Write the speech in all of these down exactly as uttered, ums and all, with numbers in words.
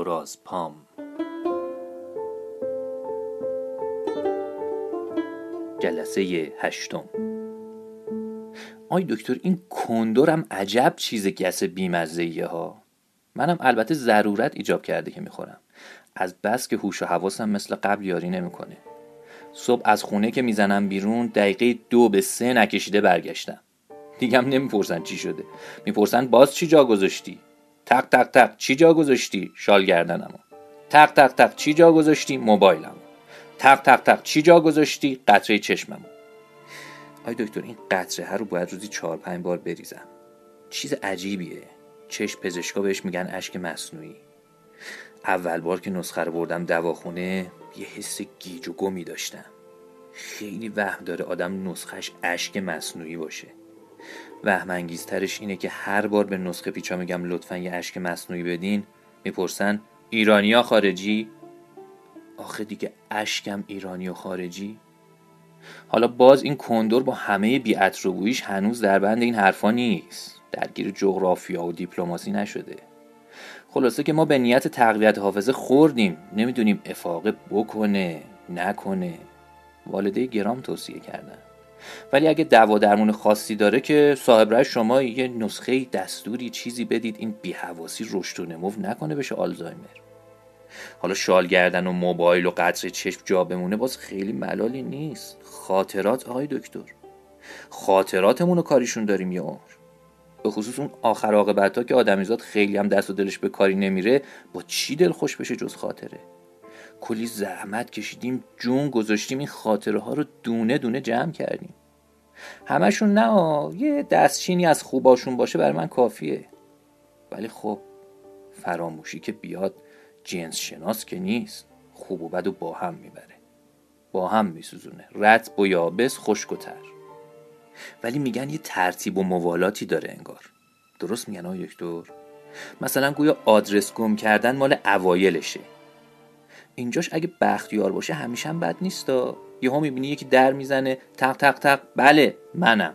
و راز پام. جلسه هشتم. آی دکتر، این کندورم عجب چیز گس بیمزه‌ایه ها. منم البته ضرورت ایجاب کرده که میخورم، از بس که هوش و حواسم مثل قبل یاری نمیکنه. صبح از خونه که میزنم بیرون دقیقه دو به سه نکشیده برگشتم. دیگم نمیپرسن چی شده، میپرسن باز چی جا گذاشتی؟ تق تق تق چی جا گذاشتی؟ شال گردنمو. تق تق تق چی جا گذاشتی؟ موبایلمو. تق تق تق چی جا گذاشتی؟ قطره چشممو. آی دکتر، این قطره ها رو باید روزی چهار پنج بار بریزم. چیز عجیبیه. چشم پزشکا بهش میگن اشک مصنوعی. اول بار که نسخه رو بردم دواخونه یه حس گیج و گمی داشتم. خیلی وهم داره آدم نسخهش اشک مصنوعی باشه. وهم انگیزترش اینه که هر بار به نسخه پیچا میگم لطفاً یه اشک مصنوعی بدین، میپرسن ایرانی یا خارجی؟ آخه دیگه اشکم ایرانی و خارجی؟ حالا باز این کندور با همه بی‌عطرگوییش هنوز در بند این حرفا نیست، درگیر جغرافیا و دیپلماسی نشده. خلاصه که ما به نیت تقویت حافظه خوردیم، نمیدونیم افاقه بکنه نکنه. والده گرام توصیه کردن، ولی اگه دوا درمون خاصی داره که صاحب رأی شما یه نسخه دستوری چیزی بدید این بی‌حواسی رشد و نمو نکنه بشه آلزایمر. حالا شال گردن و موبایل و قطره چشم جا بمونه باز خیلی ملالی نیست. خاطرات آقای دکتر، خاطراتمون رو کاریشون داریم یه عمر. به خصوص اون آخر عاقبت‌ها که آدمیزاد خیلی هم دست و دلش به کاری نمیره، با چی دل خوش بشه جز خاطره؟ کلی زحمت کشیدیم، جون گذاشتیم، این خاطره ها رو دونه دونه جمع کردیم. همشون نه، یه دستچینی از خوباشون باشه برای من کافیه. ولی خب فراموشی که بیاد جنس شناس که نیست، خوب و بد و با هم میبره، با هم میسوزونه، رطب و یابس، خشک و تر. ولی میگن یه ترتیب و موالاتی داره انگار. درست میگن آقای دکتر؟ مثلا گویا آدرس گم کردن مال اوایلشه. اینجاش اگه بختیار باشه همیشه هم بد نیستا. یهو میبینی یکی در میزنه، تق تق تق، بله منم.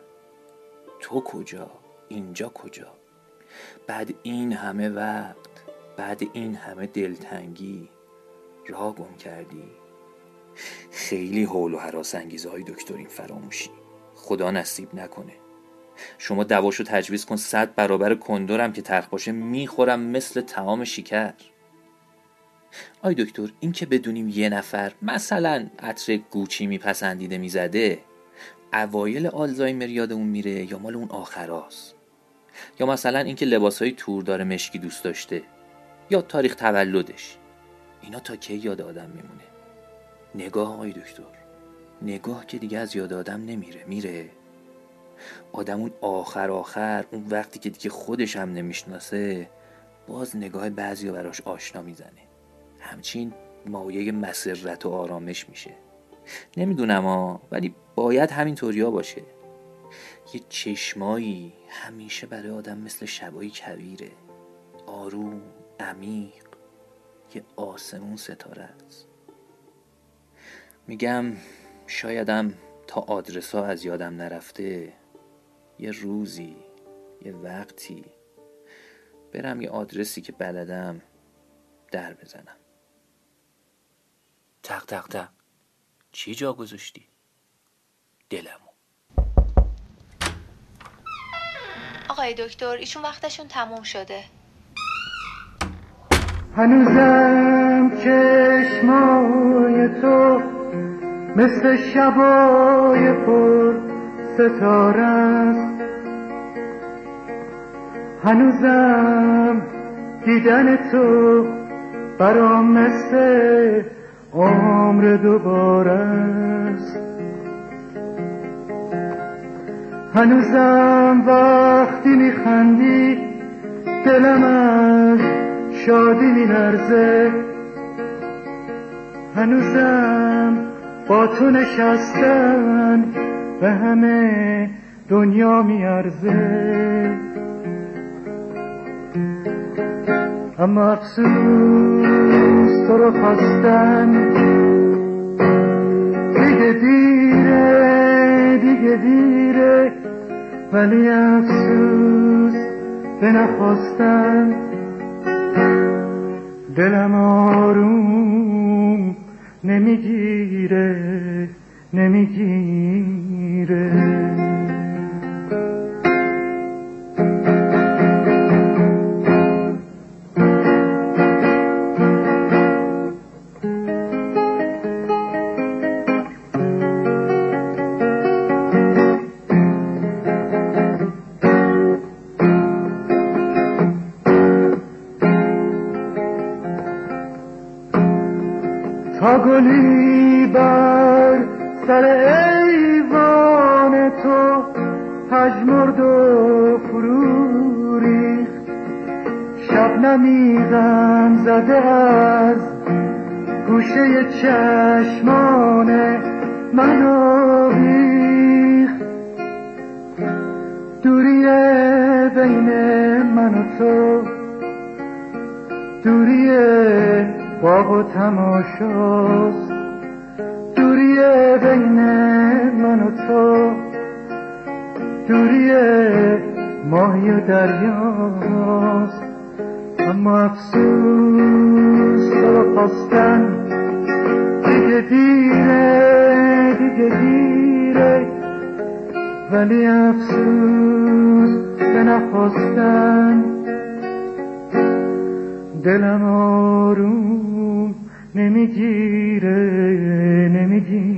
تو کجا؟ اینجا کجا؟ بعد این همه وقت، بعد این همه دلتنگی راه گم کردی. خیلی هول و هراس انگیزه های دکتر این فراموشی. خدا نصیب نکنه. شما دواشو تجویز کن، صد برابر کندورم که تلخ باشه میخورم مثل طعام شکر. آی دکتر، این که بدونیم یه نفر مثلا عطر گوچی میپسندیده میزده، اوایل آلزایمر یادمون میره یا مال اون آخراست؟ یا مثلا این که لباسای توردار مشکی دوست داشته، یا تاریخ تولدش، اینا تا کی یاد آدم میمونه؟ نگاه آی دکتر، نگاه که دیگه از یاد آدم نمیره. میره آدم اون آخر آخر، اون وقتی که دیگه خودش هم نمیشناسه، باز نگاه بعضی براش آشنا میزنه، همچین مایه مسرت و آرامش میشه. نمیدونم ها، ولی باید همین طوریا باشه. یه چشمایی همیشه برای آدم مثل شبای کویره، آروم، عمیق، یه آسمون ستاره است. میگم شایدم تا آدرسا از یادم نرفته، یه روزی، یه وقتی برم یه آدرسی که بلدم در بزنم. تق تق تق چی جا گذاشتی؟ دلمو. آقای دکتر، ایشون وقتشون تموم شده. هنوزم چشمای تو مثل شبای پر ستاره است. هنوزم دیدن تو برام مثل عمر دوباره است. هنوزم وقتی میخندی دلم از شادی میلرزه. هنوزم با تو نشستن به همه دنیا میارزه. اما افسوس تو رو خواستن دیگه دیره، دیگه دیره. ولی افسوس به نخواستن دلم آروم نمیگیره نمیگیره تا گلی بر سر ایوان تو پژمرد و فرو ریخت شبنمی غم زده از گوشه چشمان من آویخت دوری بین من و تو دوری باغ و تماشاست دوری بین من و تو دوری ماهی و دریاست اما افسوس تو خواستن دیگه دیره دیگه دیره ولی افسوس به نخواستن دلم آروم نمیگیره نمیگیره